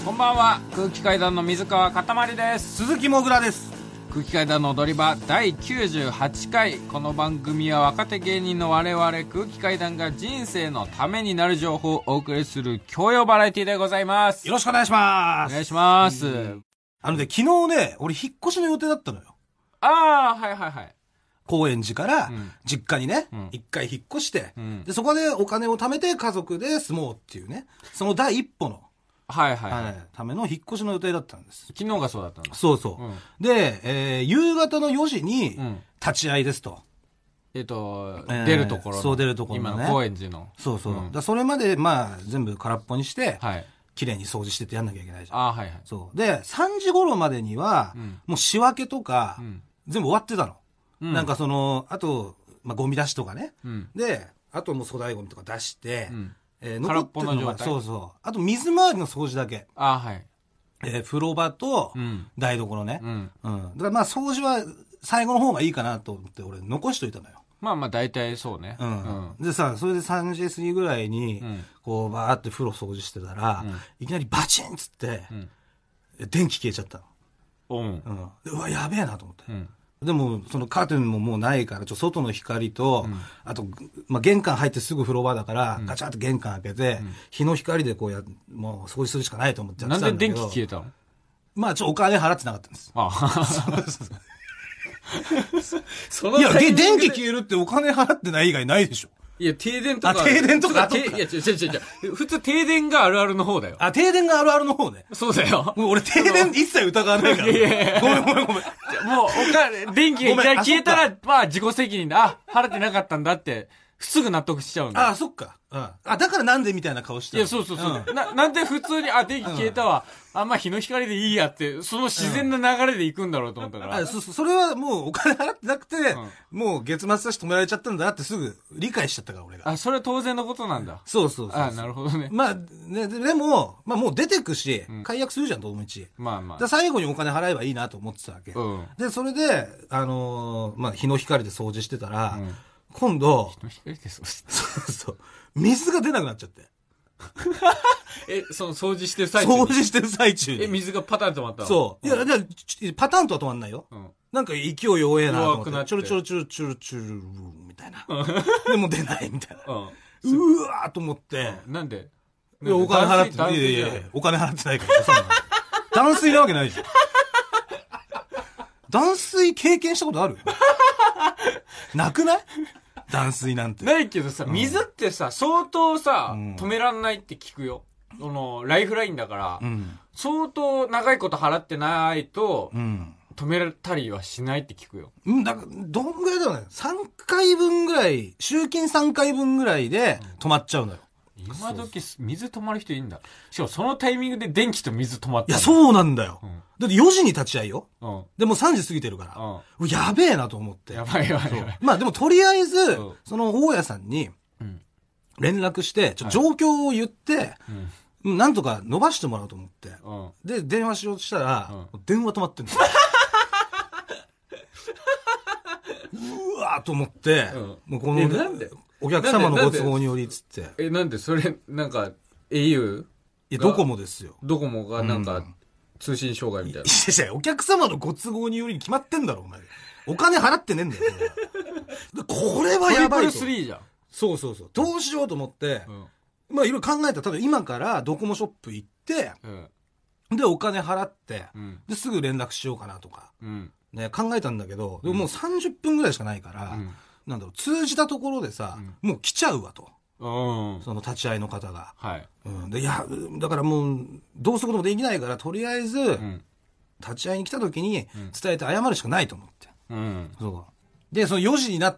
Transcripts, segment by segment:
こんばんは、空気階段の水川かたまりです。 鈴木もぐらです。 空気階段の踊り場第98回。この番組は若手芸人の我々空気階段が人生のためになる情報をお送りする教養バラエティでございます。 よろしくお願いします。 お願いします。 昨日ね、俺引っ越しの予定だったのよ。 ああ、はいはいはい。 高円寺から実家にね、一回引っ越して、で、そこでお金を貯めて家族で住もうっていうね、その第一歩のはいはい、はい、 ための引っ越しの予定だったんです。 昨日がそうだったんだ。 そうそう。で、夕方の4時に立ち会いですと。 出るところの。 そう、出るところのね。 今の高円寺の。 そうそう。だそれまで、まあ、全部空っぽにして、綺麗に掃除してってやんなきゃいけないじゃん。 あ、はいはい。 そう。で、3時頃までには、もう仕分けとか、全部終わってたの。なんかあと、まあ、ゴミ出しとかね。で、あともう粗大ゴミとか出して、 空っぽの状態。 そうそう。あと水回りの掃除だけ。 あ、はい。 風呂場と台所ね。だからまあ掃除は最後の方がいいかなと思って俺残しといたのよ。 まあまあ大体そうね。 でさ、それで3時過ぎぐらいに、こうバーって風呂掃除してたら、いきなりバチンっつって、電気消えちゃったの。うわ、やべえなと思って。でも、そのカーテンももうないから、外の光と、あと、まあ、玄関入ってすぐ風呂場だから、ガチャって玄関開けて、日の光でこうもう掃除するしかないと思ってやってたんだけど。 なんで電気消えたの？ まあ、お金払ってなかったんです。 ああ。いや、電気消えるってお金払ってない以外ないでしょ。 いや、停電とか。 停電とか。 いや、違う。普通停電があるあるの方だよ。 停電があるあるの方ね。 そうだよ。 もう俺停電一切疑わないから。いやごめん。もう、電気が消えたら、まあ自己責任だ。払ってなかったんだって、すぐ納得しちゃうんだ。 そっか。だからなんでみたいな顔してた。 いや、そう。なんで普通に、電気消えたわ。まあ日の光でいいやって、その自然な流れで行くんだろうと思ったから。 それはもうお金払ってなくて、もう月末だし止められちゃったんだなってすぐ理解しちゃったから俺が。 それは当然のことなんだ。 そう。 なるほどね。 まあ、ね、でも、まあもう出てくし、解約するじゃん、どの道。 まあまあ。 最後にお金払えばいいなと思ってたわけ。で、それで、まあ日の光で掃除してたら、今度、 日の光で掃除そう。水が出なくなっちゃって。 その掃除してる最中掃除してる最中に。 水がパタンと止まったの？ そう。いや、パタンとは止まんないよ。なんか勢い弱えなと思って。ちょろみたいな。でも出ないみたいな。うわーと思って。 なんで？ お金払ってない。いやお金払ってないからさ。断水なわけないじゃん。断水経験したことある？なくない？断水なんて。 ないけどさ、水ってさ、相当さ、止めらんないって聞くよ。ライフラインだから、相当長いこと払ってないと、止めたりはしないって聞くよ。 だから、どんぐらいだろうね。3回分ぐらい、集金3回分ぐらいで止まっちゃうのよ。 今時、水止まる人いいんだ。しかもそのタイミングで電気と水止まった。 いや、そうなんだよ。だって4時に立ち会いよ。でも3時過ぎてるから。やべえなと思って。 やばい。 まあでもとりあえず、その大家さんに、連絡して、状況を言って、なんとか伸ばしてもらおうと思って。で、電話しようとしたら、電話止まってんの。うわーと思って、もうこの、 なんでお客様のご都合によりつって。 なんでそれ、なんか、au？ いや、ドコモですよ。 ドコモがなんか、通信障害みたいな。 いや、お客様のご都合によりに決まってんだろ、お前。お金払ってねえんだよ、これはやばいと。 トリプル3じゃん。 そう。どうしようと思って、まあいろいろ考えたら、ただ今からドコモショップ行って、で、お金払って、で、すぐ連絡しようかなとか、ね、考えたんだけど、でももう30分ぐらいしかないから、なんだろう、通じたところでさ、もう来ちゃうわと。その立ち会いの方が。で、いや、だからもう、どうすることもできないから、とりあえず、立ち会いに来た時に伝えて謝るしかないと思って。そう。で、その4時になって、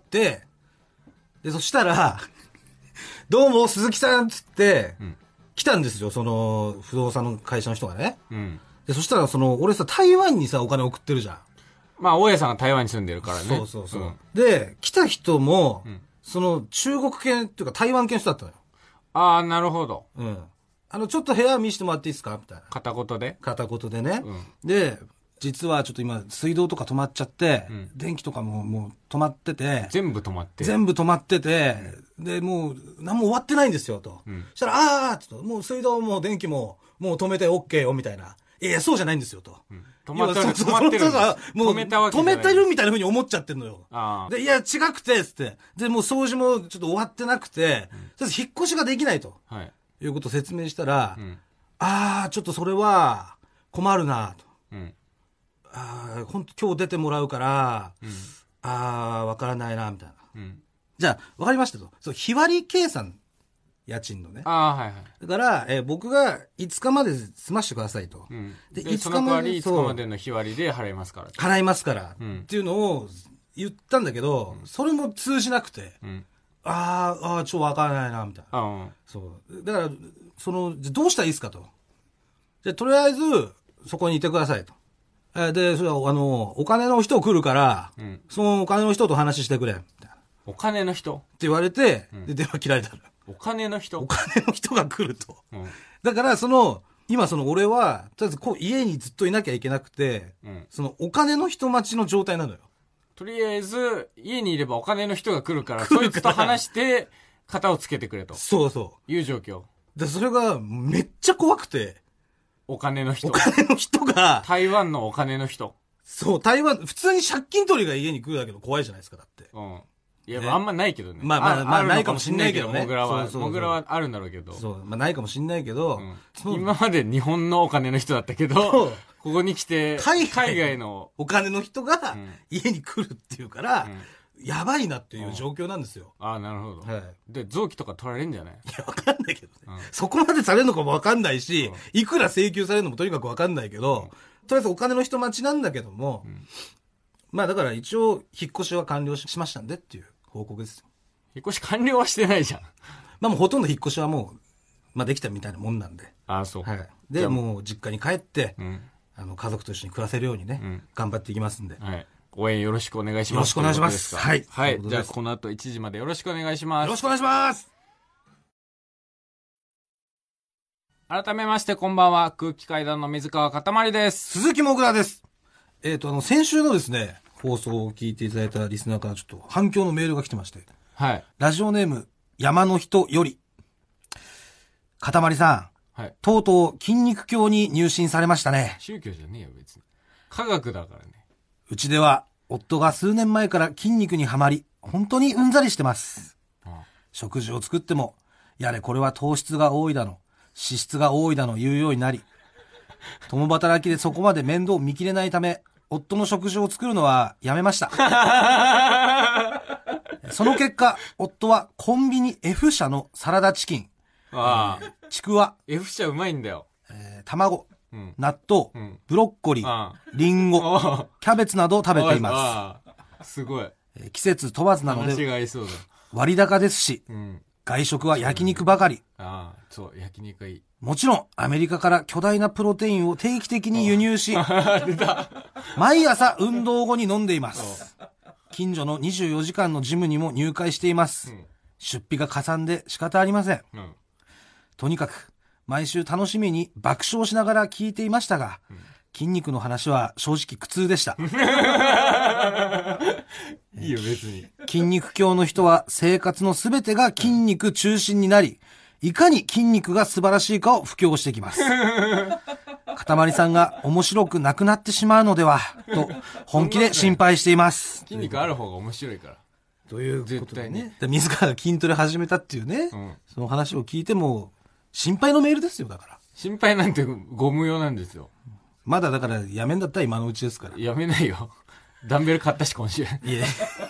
で、そしたら、どうも、鈴木さんつって、来たんですよ、その、不動産の会社の人がね。で、そしたら、俺さ、台湾にさ、お金送ってるじゃん。 まあ、大家さんが台湾に住んでるからね。 そう。で、来た人も、その、中国系っていうか台湾系の人だったのよ。 なるほど。 ちょっと部屋見せてもらっていいですかみたいな。 片言でね。で、 実はちょっと今水道とか止まっちゃって、電気とかもう止まってて、 全部止まってて、で、もう何も終わってないんですよ、と。そしたら、もう水道も電気ももう止めて OK よ、みたいな。いや、そうじゃないんですよ、と。 止まってるんです。止めたわけじゃない。 止めてるみたいな風に思っちゃってんのよ。で、いや、違くて、つって。で、もう掃除もちょっと終わってなくて、引っ越しができないと。いうことを説明したら、ちょっとそれは困るな、と。今日出てもらうから、わからないな、みたいな。じゃあ、わかりましたと。そう、日割り計算、家賃のね。だから、僕が5日まで済ましてくださいと。 で、その代わり5日までの日割りで払いますから。 払いますから。っていうのを言ったんだけど、それも通じなくて、ちょっとわからないな、みたいな。そう。だから、どうしたらいいですかと。じゃあ、とりあえず、そこにいてくださいと。で、それは、お金の人来るから、そのお金の人と話してくれ、みたいな。 お金の人って言われて、で、電話切られたの。 お金の人が来ると。だから、今俺は、とりあえず家にずっといなきゃいけなくて、お金の人待ちの状態なのよ。 とりあえず、家にいればお金の人が来るから、そいつと話して、肩をつけてくれと。 そうそう。 いう状況。 で、それが、めっちゃ怖くて。 お金の人が。 台湾のお金の人。 そう、台湾、普通に借金取りが家に来るだけど怖いじゃないですか、だって。 いや、あんまないけどね。 まあ、ないかもしんないけどね。 モグラはあるんだろうけど。 そう、ないかもしんないけど。 今まで日本のお金の人だったけど、ここに来て、海外のお金の人が家に来るっていうから、やばいなっていう状況なんですよ。 なるほど。で、臓器とか取られるんじゃない？ いや、わかんないけどね。そこまでされるのかもわかんないし、いくら請求されるのもとにかくわかんないけど、とりあえずお金の人待ちなんだけども、まあだから一応、引っ越しは完了しましたんでっていう報告ですよ。 引っ越し完了はしてないじゃん。 まあもうほとんど引っ越しはもう、できたみたいなもんなんで。 そう。 で、もう実家に帰って、家族と一緒に暮らせるようにね、頑張っていきますんで。 応援よろしくお願いします。 よろしくお願いします。はい。 じゃあ、この後1時までよろしくお願いします。 よろしくお願いします。 改めまして、こんばんは。空気階段の水川かたまりです。 鈴木もぐらです。先週のですね、放送を聞いていただいたリスナーからちょっと反響のメールが来てまして。ラジオネーム、山の人より。かたまりさん。とうとう筋肉教に入信されましたね。 宗教じゃねえよ、別に。科学だからね。 うちでは、夫が数年前から筋肉にはまり、本当にうんざりしてます。食事を作っても、やれこれは糖質が多いだの、脂質が多いだの言うようになり、共働きでそこまで面倒見きれないため、夫の食事を作るのはやめました。その結果、夫はコンビニ F 社のサラダチキン、ちくわ、 F 社うまいんだよ。 卵、納豆、ブロッコリー、リンゴ、キャベツなどを食べています。 すごい。 季節問わずなので、割高ですし、外食は焼肉ばかり。 そう、焼肉がいい。 もちろん、アメリカから巨大なプロテインを定期的に輸入し、毎朝運動後に飲んでいます。近所の24時間のジムにも入会しています。出費がかさんで仕方ありません。とにかく、毎週楽しみに爆笑しながら聞いていましたが、筋肉の話は正直苦痛でした。 いいよ別に。 筋肉教の人は生活のすべてが筋肉中心になり、いかに筋肉が素晴らしいかを布教してきます。かたまりさんが面白くなくなってしまうのでは、と本気で心配しています。 筋肉ある方が面白いから。 ということでね。自らが筋トレ始めたっていうね、その話を聞いても、心配のメールですよ、だから。 心配なんてご無用なんですよ。 まだだからやめんだったら今のうちですから。 やめないよ。ダンベル買ったし今週。いえ。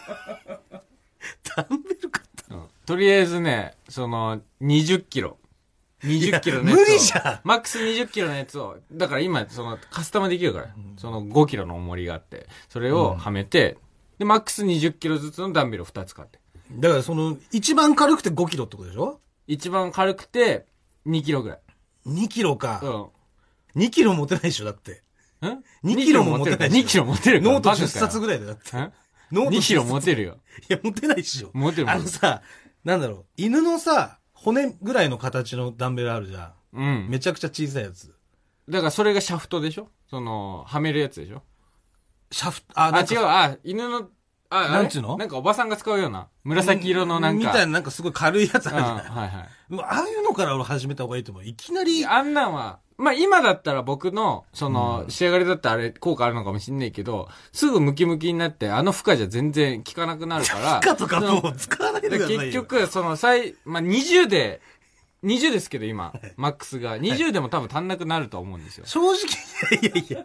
ダンベル買った、 とりあえずね、20キロ。20キロのやつを。 無理じゃん。 マックス20キロのやつを、だから今、カスタマできるから。5キロの重りがあって、それをはめて、で、マックス20キロずつのダンベルを2つ買って。 だから一番軽くて5キロってことでしょ？ 一番軽くて2キロぐらい。 2キロか。2キロ持てないでしょ、だって。 2キロも持てない。2キロ持てるノート10冊ぐらいでだって。 ノート2キロ持てるよ。 いや、持てないでしょ。 持てる。 なんだろう、犬のさ、骨ぐらいの形のダンベルあるじゃん。めちゃくちゃ小さいやつ。 だからそれがシャフトでしょ？ はめるやつでしょ。 シャフト、 違う、犬の、 なんちゅうの？ なんかおばさんが使うような、紫色のなんか。 みたいななんかすごい軽いやつあるじゃない。 はいはい。 ああいうのから俺始めた方がいいと思う。いきなり。 あんなんは、今だったら僕の、仕上がりだったらあれ効果あるのかもしんないけど、すぐムキムキになって、負荷じゃ全然効かなくなるから。 負荷とかもう使わないでくださいよ。 結局、20ですけど今、マックスが。20でも多分足んなくなると思うんですよ。 正直、いや。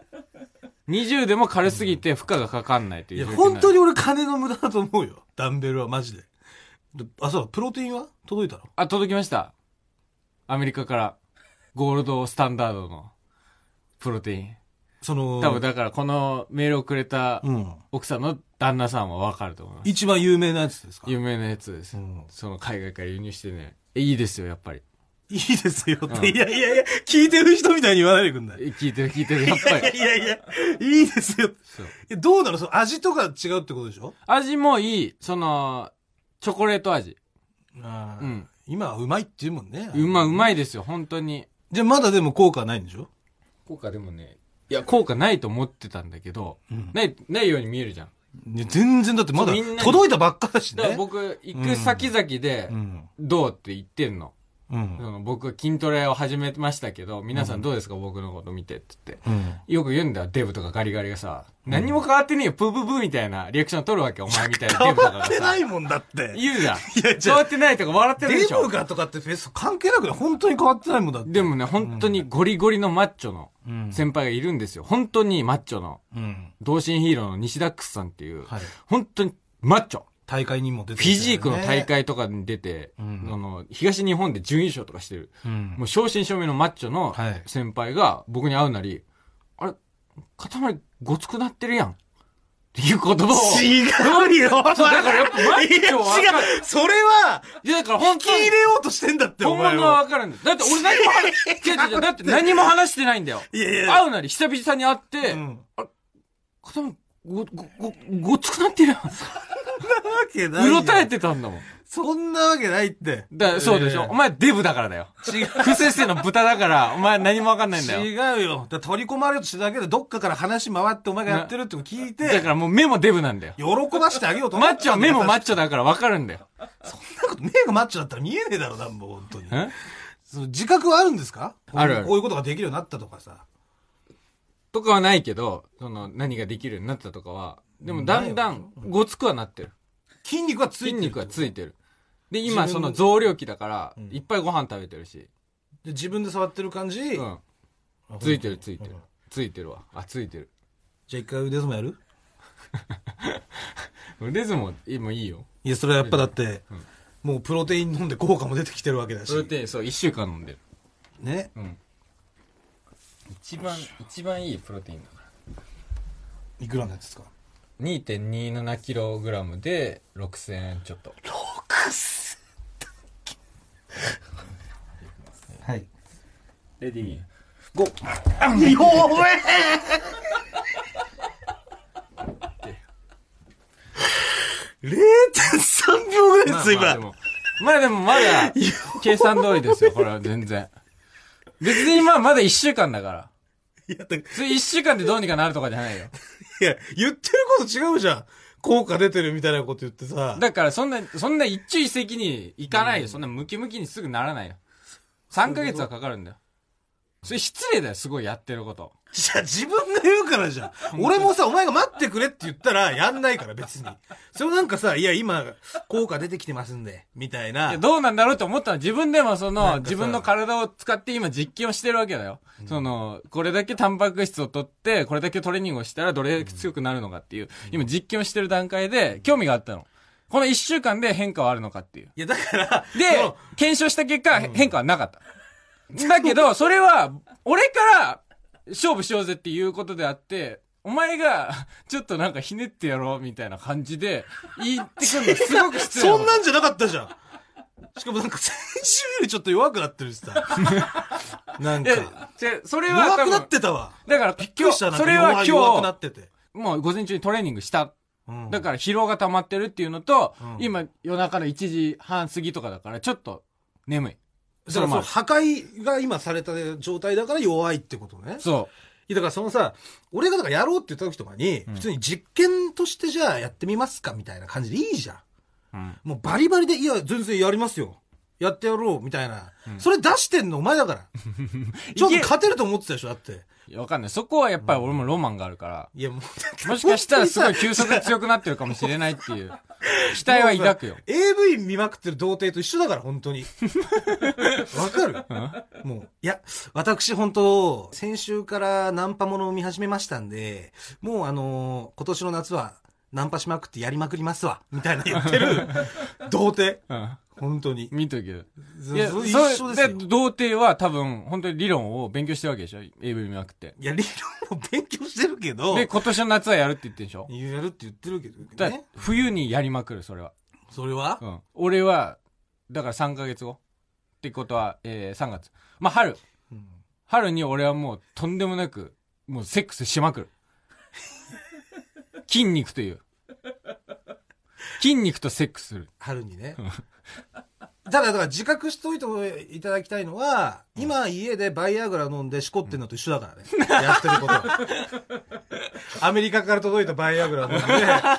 20でも軽すぎて負荷がかかんないという。 いや、本当に俺金の無駄だと思うよ。ダンベルはマジで。そう、プロテインは届いたの？ 届きました。アメリカから。ゴールドスタンダードのプロテイン。多分だからこのメールをくれた奥さんの旦那さんはわかると思います。 一番有名なやつですか？ 有名なやつです。海外から輸入してね。いいですよ、やっぱり。 いいですよって。いや、聞いてる人みたいに言わないでくんない。 聞いてる、やっぱり。 いや、いいですよ。どうなの？味とか違うってことでしょ？ 味もいい、チョコレート味。 今はうまいって言うもんね。 うまいですよ、本当に。 じゃあまだでも効果ないんでしょ？ 効果でもね、いや、効果ないと思ってたんだけど、ないように見えるじゃん。 全然だってまだ届いたばっかだしね。 だから僕、行く先々で、どうって言ってんの。僕筋トレを始めましたけど、皆さんどうですか、僕のこと見てって言って。よく言うんだよ、デブとかガリガリがさ、何にも変わってねえよ、プープープーみたいなリアクション取るわけ、お前みたいなデブとかがさ。 変わってないもんだって。 言うじゃん。変わってないとか笑ってるでしょ。 デブがとかってフェス関係なくね、本当に変わってないもんだって。 でもね、本当にゴリゴリのマッチョの先輩がいるんですよ。本当にマッチョの。同心ヒーローの西ダックスさんっていう、本当にマッチョ。 大会にも出てフィジークの大会とかに出て、東日本で準優勝とかしてる。もう正真正銘のマッチョの先輩が僕に会うなり、あれ、塊ごつくなってるやん。っていう言葉を。 違うよ。だからやっぱマッチョは。 違う。それは、 いやだから本当に。 聞き入れようとしてんだって、 本物はわかるんだよ。だって俺何も話、だって何も話してないんだよ。会うなり久々に会って、あれ、塊ごつくなってるやん。 そんなわけない。 うろたえてたんだもん。 そんなわけないって。 そうでしょ、お前デブだからだよ。違う。不摂生の豚だから、お前何もわかんないんだよ。 違うよ。取り込まれようとしてだけで、どっかから話回ってお前がやってるっての聞いて。 だからもう目もデブなんだよ。 喜ばしてあげようと思って。 マッチョは目もマッチョだからわかるんだよ。 そんなこと、目がマッチョだったら見えねえだろ、なんも、本当に。自覚はあるんですか？ ある。 こういうことができるようになったとかさ。 とかはないけど、何ができるようになったとかは、でもだんだんごつくはなってる。 筋肉はついてる。 筋肉はついてる。で、今増量期だから、いっぱいご飯食べてるし。 で、自分で触ってる感じ？うん。 ついてる。ついてるわ。ついてる。 じゃあ一回腕相撲やる？ 腕相撲、今いいよ。 いや、それはやっぱだって、もうプロテイン飲んで効果も出てきてるわけだし。 プロテイン、そう、1週間飲んでる。 ね。 一番いいプロテインだから。 いくらのやつですか？ 2.27kg で6000円ちょっと。 6000はい。 レディー、ゴー。 弱え!0.3 秒ぐらいです、今。 まだ、計算通りですよ、これは全然。別にまだ1週間だから。いや、1週間でどうにかなるとかじゃないよ。 いや、言ってること違うじゃん。効果出てるみたいなこと言ってさ。 だからそんな一朝一夕にいかないよ。そんなムキムキにすぐならないよ。3ヶ月はかかるんだよ。それ失礼だよ、すごいやってること。 いや、自分が言うからじゃん。俺もさ、お前が待ってくれって言ったらやんないから別に。それなんかさ、いや、今、効果出てきてますんで、みたいな。いや、 どうなんだろうって思ったの。自分でも自分の体を使って今実験をしてるわけだよ。これだけタンパク質を取って、これだけトレーニングをしたらどれだけ強くなるのかっていう、今実験をしてる段階で興味があったの。この1週間で変化はあるのかっていう。 いや、だから、 で、検証した結果、変化はなかった。だけど、それは、俺から勝負しようぜっていうことであって、お前が、ちょっとなんかひねってやろうみたいな感じで、言ってくるのすごく失礼。 そんなんじゃなかったじゃん。しかもなんか先週よりちょっと弱くなってるしさ。なんか。 それは弱くなってたわ。 だから今日、それは今日、 弱くなってて。 もう午前中にトレーニングした。だから疲労が溜まってるっていうのと、今夜中の1時半過ぎとかだからちょっと眠い。 それ破壊が今された状態だから弱いってことね。 そやだからそのさ、俺がだからやろうって言った時とかに、普通に実験としてじゃあやってみますかみたいな感じでいいじゃん。もうバリバリで、いや、全然やりますよ。やってやろう、みたいな。それ出してんのお前だから。ちょっと勝てると思ってたでしょ、だって。 いや、わかんない。そこはやっぱり俺もロマンがあるから。 いや、もしかしたらすごい急速強くなってるかもしれないっていう。期待は抱くよ。 AV 見まくってる童貞と一緒だから、本当に。わかるもう、いや、私本当、先週からナンパものを見始めましたんで、もう今年の夏はナンパしまくってやりまくりますわ、みたいな言ってる童貞。本当に。 見とけど。 いや、一緒ですよ。 で、童貞は多分、本当に理論を勉強してるわけでしょ ?AV 見まくって。 いや、理論を勉強してるけど。 で、今年の夏はやるって言ってるでしょやるって言ってるけど、ね。 だ冬にやりまくる、それは。 それは俺は、だから3ヶ月後。ってことは、3月。まあ、春。春に俺はもう、とんでもなく、もうセックスしまくる。筋肉という。筋肉とセックスする。 春にね。ただ自覚しておいていただきたいのは、今家でバイアグラ飲んでしこってんのと一緒だからね。やってることは。アメリカから届いたバイアグラ飲んで、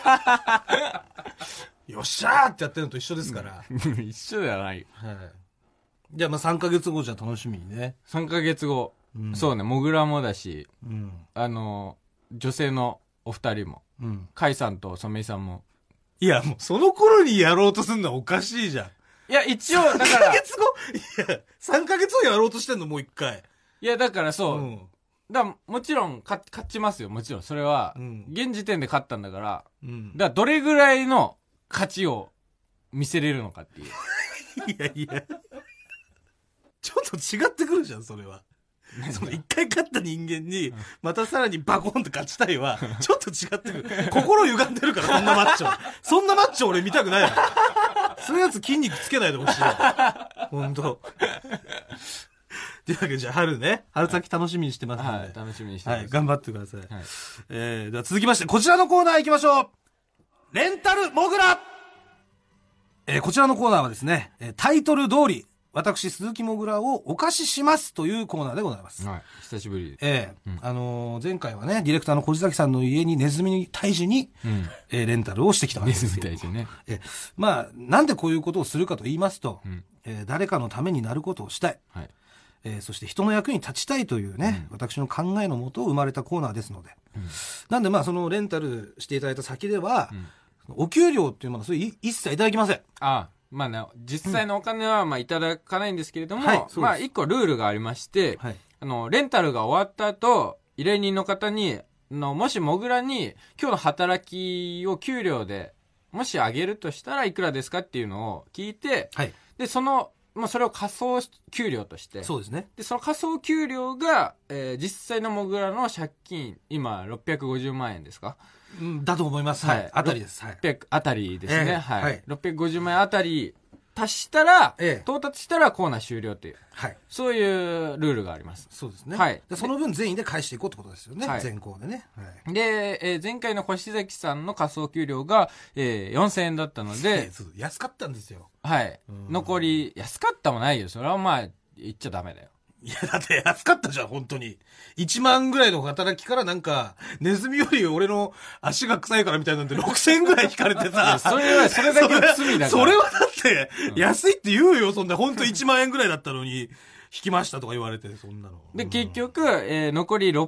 よっしゃーってやってるのと一緒ですから。 一緒ではないよ。 はい。じゃあ3ヶ月後じゃ楽しみにね。 3ヶ月後。そうね、モグラもだし、女性のお二人も、カイさんとソメイさんも。 いや、もうその頃にやろうとするのはおかしいじゃん。 いや、一応、だから。3 ヶ月後いや、3ヶ月後やろうとしてんの、もう一回。 いや、だからそう。もちろん、勝ちますよ。もちろん。それは、現時点で勝ったんだから。だからどれぐらいの勝ちを見せれるのかっていう。 いや。ちょっと違ってくるじゃん、それは。その一回勝った人間に、またさらにバコンと勝ちたいは、ちょっと違ってくる。心歪んでるから、そんなマッチョ。そんなマッチョ俺見たくないわ。そういうやつ筋肉つけないでほしいわ。ほんと。というわけで、じゃあ春ね。春先楽しみにしてますので。 はい、楽しみにしてます。 はい、頑張ってください。はい、では続きまして、こちらのコーナー行きましょう。レンタルモグラ。こちらのコーナーはですね、タイトル通り、私、鈴木もぐらをお貸ししますというコーナーでございます。 はい。久しぶり。 前回はね、ディレクターの小路崎さんの家にネズミ退治に、レンタルをしてきたわけですよ。 ネズミ退治ね。 まあ、なんでこういうことをするかと言いますと、誰かのためになることをしたい。はい。そして人の役に立ちたいというね、私の考えのもと生まれたコーナーですので。なんでまあ、そのレンタルしていただいた先では、お給料っていうものはそれ一切いただきません。 まあね、実際のお金はまあいただかないんですけれども、まあ一個ルールがありまして、レンタルが終わった後、依頼人の方に、もしモグラに今日の働きを給料で、もしあげるとしたらいくらですかっていうのを聞いて、で、それを仮想給料として、 そうですね。 で、その仮想給料が、実際のモグラの借金、今650万円ですか？ だと思います。はい。あたりです。 600あたりですね。はい。650万円あたり達したら、到達したらコーナー終了という。はい。そういうルールがあります。 そうですね。はい。その分全員で返していこうってことですよね。全校でね。 はい。で、前回の星崎さんの仮想給料が、4000円だったので、 安かったんですよ。 はい。残り、安かったもないよ。それはまあ、言っちゃダメだよ。 いや、だって安かったじゃん、本当に。1万ぐらいの働きからなんか、ネズミより俺の足が臭いからみたいなんで6000円ぐらい引かれてさ。 それだけの罪だから。 それはだって、安いって言うよ、そんな。本当1万円ぐらいだったのに、引きましたとか言われて、そんなの。 で、結局、残り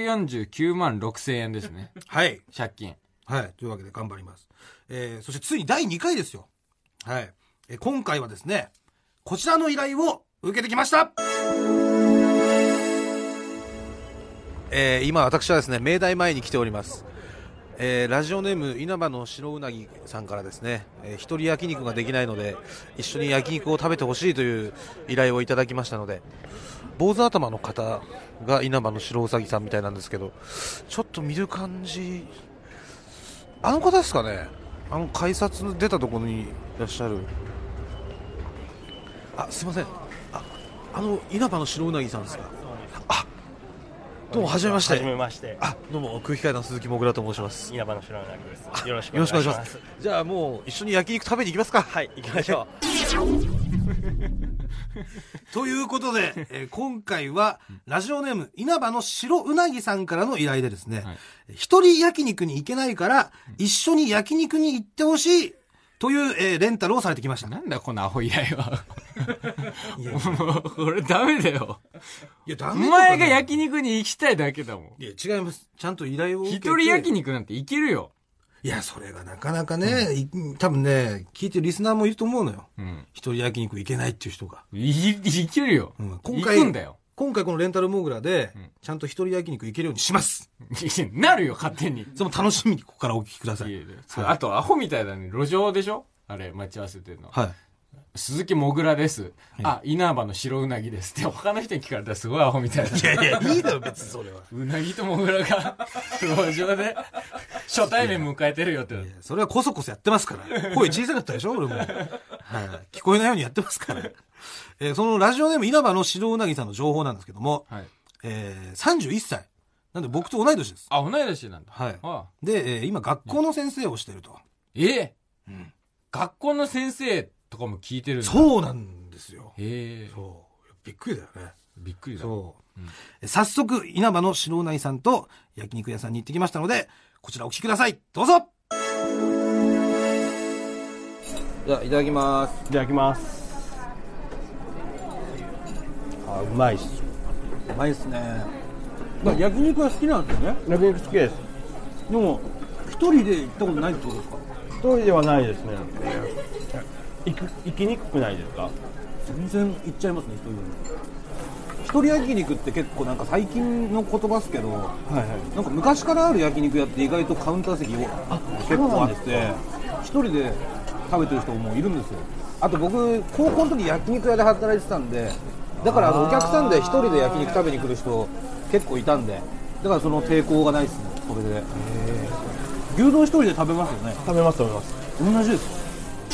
649万6000円ですね。 はい。 借金。 はい。というわけで頑張ります。そしてついに第2回ですよ。はい。今回はですね、こちらの依頼を受けてきました。今私はですね、明大前に来ております。ラジオネーム稲葉の白うなぎさんからですね、一人焼肉ができないので一緒に焼肉を食べてほしいという依頼をいただきましたので、坊主頭の方が稲葉の白うさぎさんみたいなんですけど、ちょっと見る感じ、あの方ですかね。改札出たところにいらっしゃる。すいません。稲葉の白うなぎさんですか。どうも、はじめまして。 はじめまして。 どうも、空気階段鈴木もぐらと申します。 稲葉の白うなぎです。よろしくお願いします。 じゃあもう一緒に焼肉食べに行きますか。 はい、行きましょう。 ということで、今回はラジオネーム稲葉の白うなぎさんからの依頼でですね、一人焼肉に行けないから一緒に焼肉に行ってほしいという、レンタルをされてきました。 なんだこのアホ依頼は。もうこれダメだよ。 いやダメ。 お前が焼肉に行きたいだけだもん。 いや違います。ちゃんと依頼を受けて。 一人焼肉なんて行けるよ。 いや、それがなかなかね、多分ね、聞いてるリスナーもいると思うのよ。一人焼肉行けないっていう人が。 行けるよ。 今回、 行くんだよ。 今回このレンタルモグラで、ちゃんと一人焼肉行けるようにします。 なるよ、勝手に。 その楽しみにここからお聞きください。 あと、アホみたいだね。路上でしょあれ、待ち合わせてるの。 はい。 鈴木もぐらです。稲葉の白うなぎですって他の人に聞かれたらすごいアホみたいだ。 いやいや、いいだろ別にそれは。 うなぎともぐらが路上で初対面迎えてるよって。 それはこそこそやってますから。声小さかったでしょ俺も。はい。聞こえないようにやってますから。そのラジオネーム稲葉の白うなぎさんの情報なんですけども、31歳。なんで僕と同い年です。 あ、同い年なんだ。 はい。で、今学校の先生をしてると。 学校の先生とかも聞いてるんだ。 そうなんですよ。そう。びっくりだよね。 びっくりだ。 そう。早速、稲葉の白うなぎさんと焼肉屋さんに行ってきましたので、こちらお聞きください。どうぞ。じゃあ、いただきます。 いただきます。あ、うまいっす。 うまいっすね。焼肉は好きなんですよね。 焼肉好きです。 でも、一人で行ったことないってことですか？ 一人ではないですね。行きにくくないですか？ 全然行っちゃいますね、一人焼肉って結構なんか最近の言葉ですけど、なんか昔からある焼肉屋って意外とカウンター席結構あって、一人で食べてる人もいるんですよ。あと僕、高校の時焼肉屋で働いてたんで、だからお客さんで一人で焼肉食べに来る人結構いたんで、だからその抵抗がないですね、それで。牛丼一人で食べますよね？ 食べます。 同じです。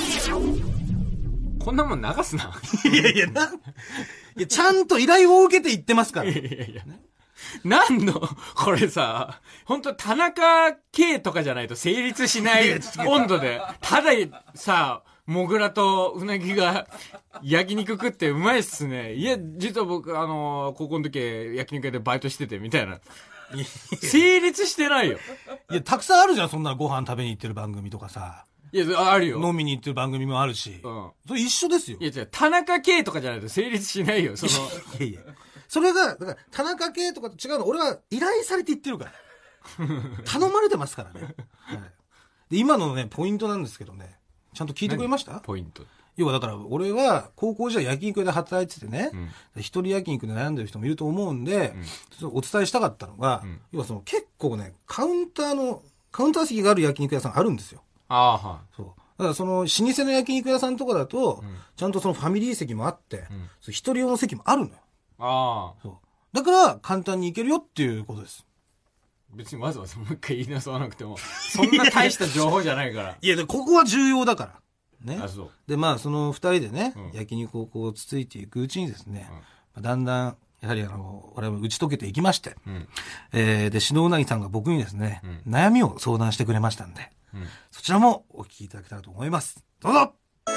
こんなもん流すな。 いや、ちゃんと依頼を受けて言ってますから。 何の、これさ、本当田中圭とかじゃないと成立しない温度で、たださ、もぐらとうなぎが焼肉食ってうまいっすね。いや、実は僕、高校の時焼肉屋でバイトしててみたいな。成立してないよ。 いや、たくさんあるじゃん、そんなご飯食べに行ってる番組とかさ。 いや、あるよ。 飲みに行ってる番組もあるし。それ一緒ですよ。 いや、違う、田中圭とかじゃないと成立しないよ、 いや。それが、だから、田中圭とかと違うの、俺は依頼されて言ってるから。頼まれてますからね。で、今のね、ポイントなんですけどね。ちゃんと聞いてくれました？ ポイント。 要はだから、俺は、高校時代焼肉屋で働いててね、一人焼肉で悩んでる人もいると思うんで、お伝えしたかったのが、要はその結構ね、カウンター席がある焼肉屋さんあるんですよ。そう。だからその、老舗の焼肉屋さんとかだと、ちゃんとそのファミリー席もあって、一人用の席もあるのよ。そう。だから、簡単に行けるよっていうことです。 別にわざわざもう一回言いなさわなくても、そんな大した情報じゃないから。 いや、で、ここは重要だから。ね。 あ、そう。 で、まあ、その二人でね、焼肉をこう、つついていくうちにですね、だんだん、やはり我々打ち解けていきまして、で、篠うなぎさんが僕にですね、悩みを相談してくれましたんで、そちらもお聞きいただけたらと思います。どうぞ。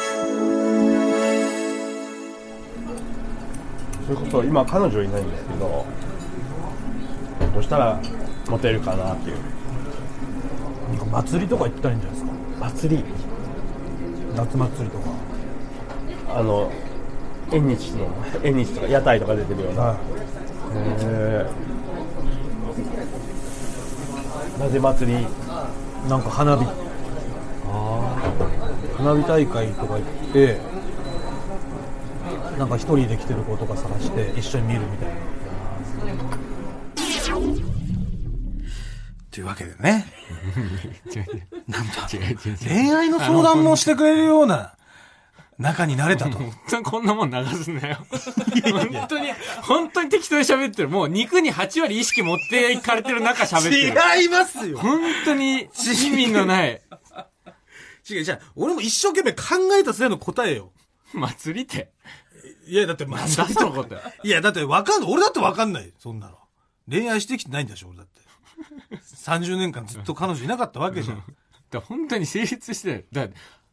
それこそ今彼女いないんですけど、どうしたらモテるかなっていう。 なんか祭りとか行ったらいいんじゃないですか。 祭り、 夏祭りとか、 縁日とか屋台とか出てるような。なぜ祭り？ なんか花火、花火大会とか行って、なんか一人で来てる子とか探して一緒に見るみたいな。というわけでね。なんだ、恋愛の相談もしてくれるような仲になれたと。 本当にこんなもん流すなよ。本当に適当に喋ってる。もう肉に8割意識持っていかれてる中喋ってる。 違いますよ。 本当に意味のない。 違う、じゃあ、俺も一生懸命考えた末の答えよ。 祭りって。 いや、だって祭りのこと。 いや、だって俺だってわかんない。そんなの。恋愛してきてないんだし、俺だって。30年間ずっと彼女いなかったわけじゃん。 本当に成立してる。だ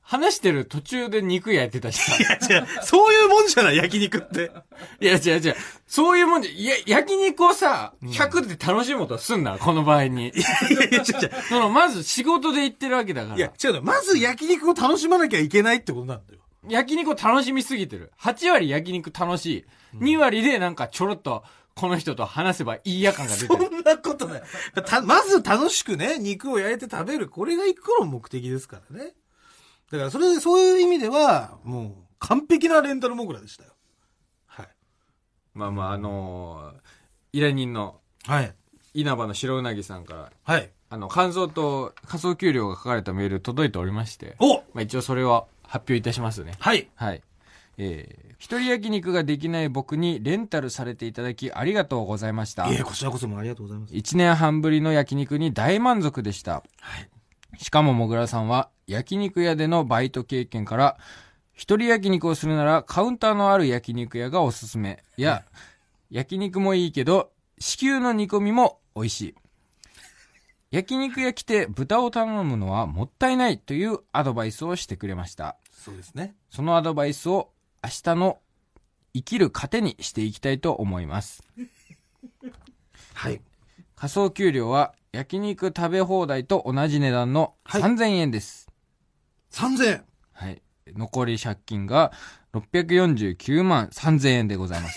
話してる途中で肉焼いてたしさ。 いや違う、そういうもんじゃない、焼肉って。 いや違う。そういうもんじゃ、いや、焼肉をさ、100で楽しもうとすんな、この場合に。いやその、まず仕事で行ってるわけだから。 いや、違うの。まず焼肉を楽しまなきゃいけないってことなんだよ。 焼肉を楽しみすぎてる。8割焼肉楽しい。2割でなんかちょろっと、この人と話せばいいや感が出てる。 そんなことない。まず楽しくね、肉を焼いて食べる。これが一個の目的ですからね。だからそういう意味では、もう、完璧なレンタルモグラでしたよ。はい。 まあ、依頼人の、 はい。 稲葉の白うなぎさんから、 はい。 感想と仮想給料が書かれたメール届いておりまして、一応それは発表いたしますね。 はい。 はい。一人焼肉ができない僕にレンタルされていただきありがとうございました。 こちらこそもありがとうございます。 1年半ぶりの焼肉に大満足でした。 はい。 しかももぐらさんは焼肉屋でのバイト経験から一人焼肉をするならカウンターのある焼肉屋がおすすめ。焼肉もいいけど至急の煮込みも美味しい。焼肉屋来て豚を頼むのはもったいないというアドバイスをしてくれました。 そうですね。 そのアドバイスを明日の生きる糧にしていきたいと思います。 はい。 仮想給料は焼肉食べ放題と同じ値段の3000円です。 3000円。 はい。残り借金が649万3000円でございます。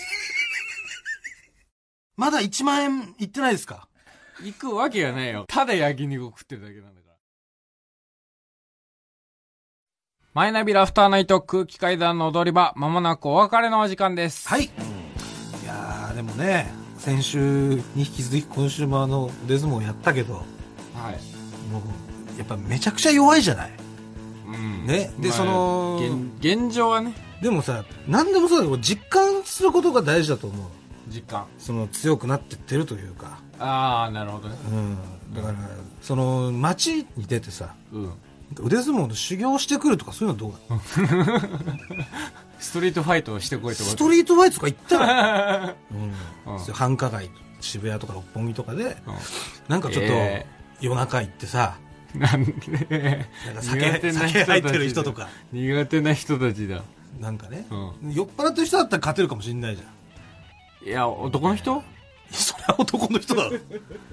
まだ1万円いってないですか？ 行くわけがないよ。ただ焼肉を食ってるだけなんだから。マイナビラフターナイト空気階段の踊り場、まもなくお別れのお時間です。 はい。いやー、でもね、先週に引き続き今週も腕相撲やったけど、はい。もう、やっぱめちゃくちゃ弱いじゃない。 うん。 ね。で、まあ、 現状はね。 でもさ、何でもそうだけど、実感することが大事だと思う。 実感。 強くなってってるというか。 ああ、なるほどね。 うん。だから、街に出てさ、 うん。 腕相撲の修行してくるとかそういうのどうだストリートファイトをしてこいってこと。 ストリートファイトとか行ったら、繁華街、渋谷とか六本木とかで、なんかちょっと夜中行ってさ、 なんで酒入ってる人とか苦手な人たちだ。 なんかね、酔っ払ってる人だったら勝てるかもしれないじゃん。 いや、男の人？ それは男の人だろ。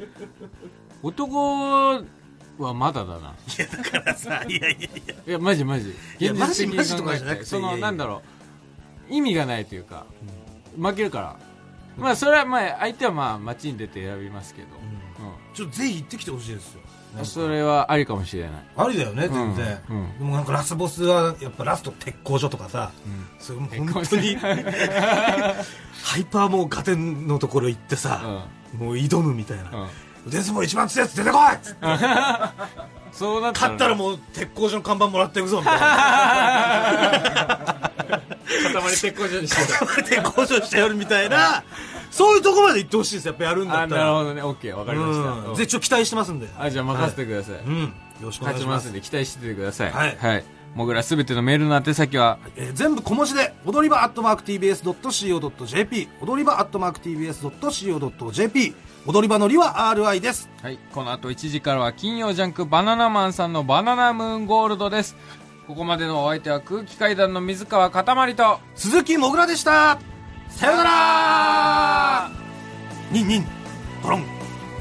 男はまだだな。 いやだからさ、いやマジ現実的に考えて、なんだろう、意味がないというか、負けるから。まあそれは相手は街に出て選びますけど、 ちょっとぜひ行ってきてほしいですよ。 それはありかもしれない。 ありだよね、全然。でもなんかラスボスはやっぱラスト鉄工所とかさ、それも本当にハイパーもう加点のところ行ってさ、もう挑むみたいな。腕相撲一番強いやつ出てこいっつってそうなった勝ったらもう鉄工所の看板もらっていくぞみたいな塊鉄工所にして鉄工所してやるみたいな、そういうとこまで行ってほしいです。やっぱやるんだったら。 なるほどね。 OK、 分かりました。 ぜひちょっと期待してますんで。 じゃあ任せてください。よろしくお願いします。 勝ちますんで期待しててください。 はい。 もぐらすべてのメールの宛先は、 全部小文字で踊り場@tbs.co.jp 踊り場@tbs.co.jp 踊り場のりは RI です。 はい。この後1時からは金曜ジャンクバナナマンさんのバナナムーンゴールドです。ここまでのお相手は空気階段の水川かたまりと鈴木もぐらでした。さよなら。ニンニンドロン。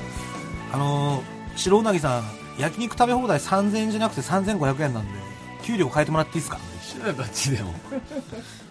白うなぎさん、焼肉食べ放題3000円じゃなくて3500円なんで給料変えてもらっていいですか？ 一緒だよどっちでも